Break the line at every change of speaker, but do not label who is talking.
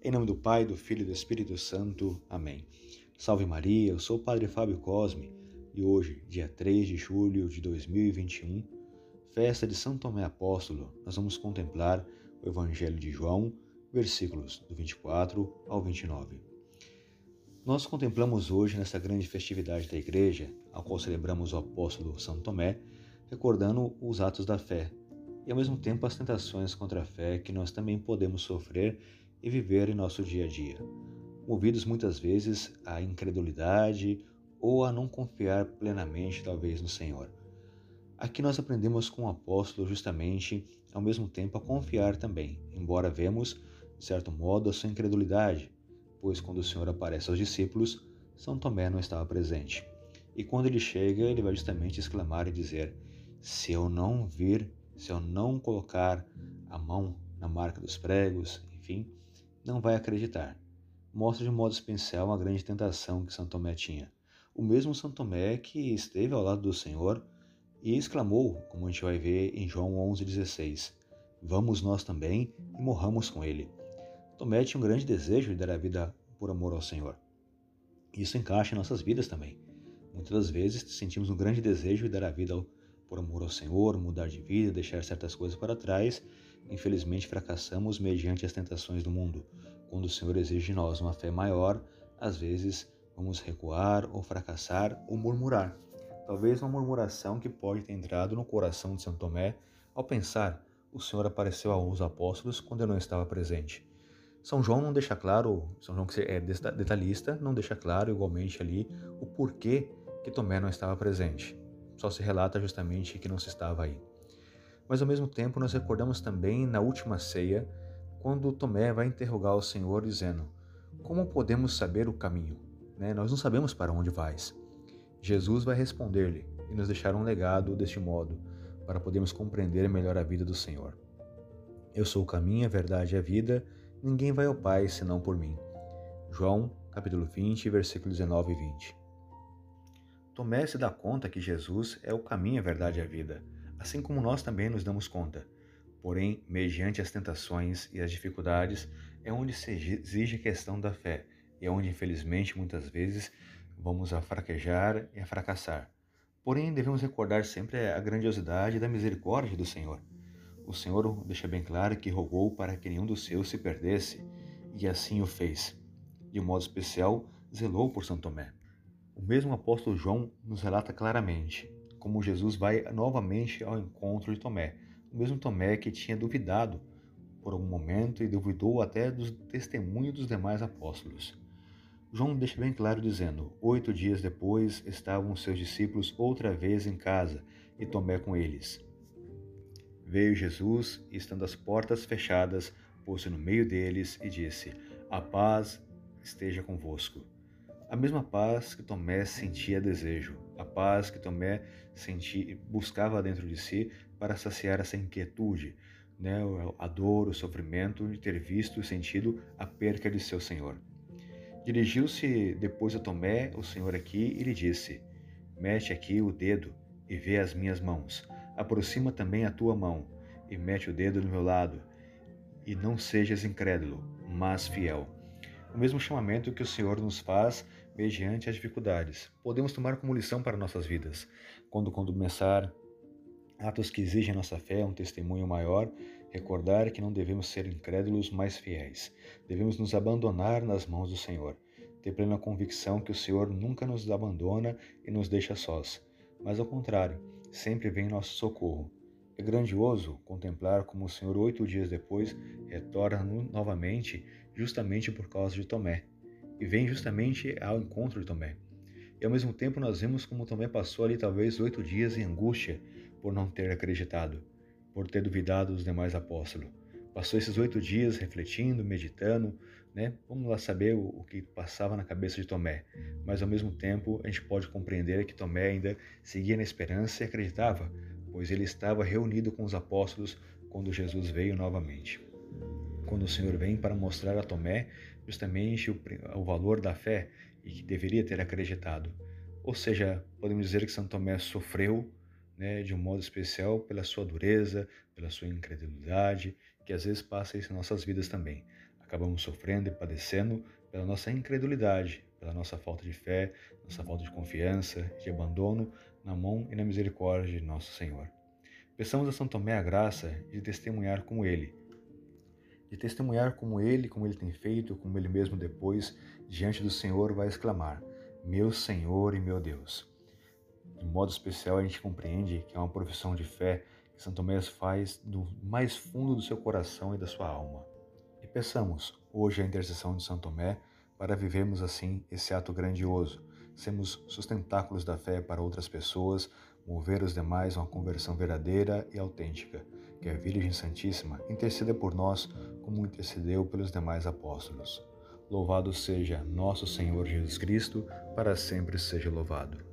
Em nome do Pai, do Filho e do Espírito Santo. Amém. Salve Maria, eu sou o Padre Fábio Cosme e hoje, dia 3 de julho de 2021, festa de São Tomé Apóstolo, nós vamos contemplar o Evangelho de João, versículos do 24 ao 29. Nós contemplamos hoje nessa grande festividade da Igreja, ao qual celebramos o apóstolo São Tomé, recordando os atos da fé e ao mesmo tempo as tentações contra a fé que nós também podemos sofrer e viver em nosso dia a dia, movidos muitas vezes à incredulidade ou a não confiar plenamente talvez no Senhor. Aqui nós aprendemos com o apóstolo justamente ao mesmo tempo a confiar também, embora vemos, de certo modo, a sua incredulidade, pois quando o Senhor aparece aos discípulos, São Tomé não estava presente. E quando ele chega, ele vai justamente exclamar e dizer: se eu não vir, se eu não colocar a mão na marca dos pregos, enfim, não vai acreditar. Mostra de modo especial uma grande tentação que São Tomé tinha. O mesmo São Tomé que esteve ao lado do Senhor e exclamou, como a gente vai ver em João 11,16, vamos nós também e morramos com ele. Tomé tinha um grande desejo de dar a vida por amor ao Senhor. Isso encaixa em nossas vidas também. Muitas das vezes sentimos um grande desejo de dar a vida por amor ao Senhor, mudar de vida, deixar certas coisas para trás. Infelizmente fracassamos mediante as tentações do mundo. Quando o Senhor exige de nós uma fé maior, às vezes vamos recuar ou fracassar ou murmurar. Talvez uma murmuração que pode ter entrado no coração de São Tomé ao pensar: o Senhor apareceu aos apóstolos quando eu não estava presente. São João não deixa claro, São João que é detalhista, não deixa claro igualmente ali o porquê que Tomé não estava presente. Só se relata justamente que não se estava aí. Mas ao mesmo tempo nós recordamos também na última ceia, quando Tomé vai interrogar o Senhor dizendo: como podemos saber o caminho? Nós não sabemos para onde vais. Jesus vai responder-lhe e nos deixar um legado deste modo, para podermos compreender melhor a vida do Senhor. Eu sou o caminho, a verdade e a vida, ninguém vai ao Pai senão por mim. João, capítulo 20, versículos 19 e 20. Tomé se dá conta que Jesus é o caminho, a verdade e a vida, assim como nós também nos damos conta. Porém, mediante as tentações e as dificuldades, é onde se exige a questão da fé, e é onde, infelizmente, muitas vezes, vamos a fraquejar e a fracassar. Porém, devemos recordar sempre a grandiosidade da misericórdia do Senhor. O Senhor deixa bem claro que rogou para que nenhum dos seus se perdesse, e assim o fez. De um modo especial, zelou por São Tomé. O mesmo apóstolo João nos relata claramente como Jesus vai novamente ao encontro de Tomé, o mesmo Tomé que tinha duvidado por algum momento e duvidou até do testemunho dos demais apóstolos. João deixa bem claro dizendo: 8 dias depois estavam seus discípulos outra vez em casa e Tomé com eles. Veio Jesus e, estando as portas fechadas, pôs-se no meio deles e disse: a paz esteja convosco. A mesma paz que Tomé sentia desejo, a paz que Tomé buscava dentro de si para saciar essa inquietude, a dor, o sofrimento de ter visto e sentido a perca de seu Senhor. Dirigiu-se depois a Tomé, o Senhor aqui, e lhe disse: mete aqui o dedo e vê as minhas mãos. Aproxima também a tua mão e mete o dedo no meu lado. E não sejas incrédulo, mas fiel. O mesmo chamamento que o Senhor nos faz mediante as dificuldades. Podemos tomar como lição para nossas vidas. Quando começar atos que exigem nossa fé, um testemunho maior, recordar que não devemos ser incrédulos, mas fiéis. Devemos nos abandonar nas mãos do Senhor. Ter plena convicção que o Senhor nunca nos abandona e nos deixa sós, mas ao contrário, sempre vem em nosso socorro. É grandioso contemplar como o Senhor 8 dias depois retorna novamente justamente por causa de Tomé, e vem justamente ao encontro de Tomé. E ao mesmo tempo nós vemos como Tomé passou ali talvez 8 dias em angústia por não ter acreditado, por ter duvidado dos demais apóstolos. Passou esses 8 dias refletindo, meditando, Vamos lá saber o que passava na cabeça de Tomé. Mas ao mesmo tempo a gente pode compreender que Tomé ainda seguia na esperança e acreditava, pois ele estava reunido com os apóstolos quando Jesus veio novamente. Quando o Senhor vem para mostrar a Tomé justamente o valor da fé e que deveria ter acreditado. Ou seja, podemos dizer que São Tomé sofreu de um modo especial pela sua dureza, pela sua incredulidade, que às vezes passa isso em nossas vidas também. acabamos sofrendo e padecendo pela nossa incredulidade, pela nossa falta de fé, nossa falta de confiança, de abandono na mão e na misericórdia de nosso Senhor. Peçamos a São Tomé a graça de testemunhar como ele, como ele tem feito, como ele mesmo depois, diante do Senhor, vai exclamar: meu Senhor e meu Deus. De modo especial, a gente compreende que é uma profissão de fé que São Tomé faz do mais fundo do seu coração e da sua alma. E peçamos hoje a intercessão de São Tomé para vivermos assim esse ato grandioso, sermos sustentáculos da fé para outras pessoas, mover os demais a uma conversão verdadeira e autêntica. Que a Virgem Santíssima interceda por nós como intercedeu pelos demais apóstolos. Louvado seja nosso Senhor Jesus Cristo, para sempre seja louvado.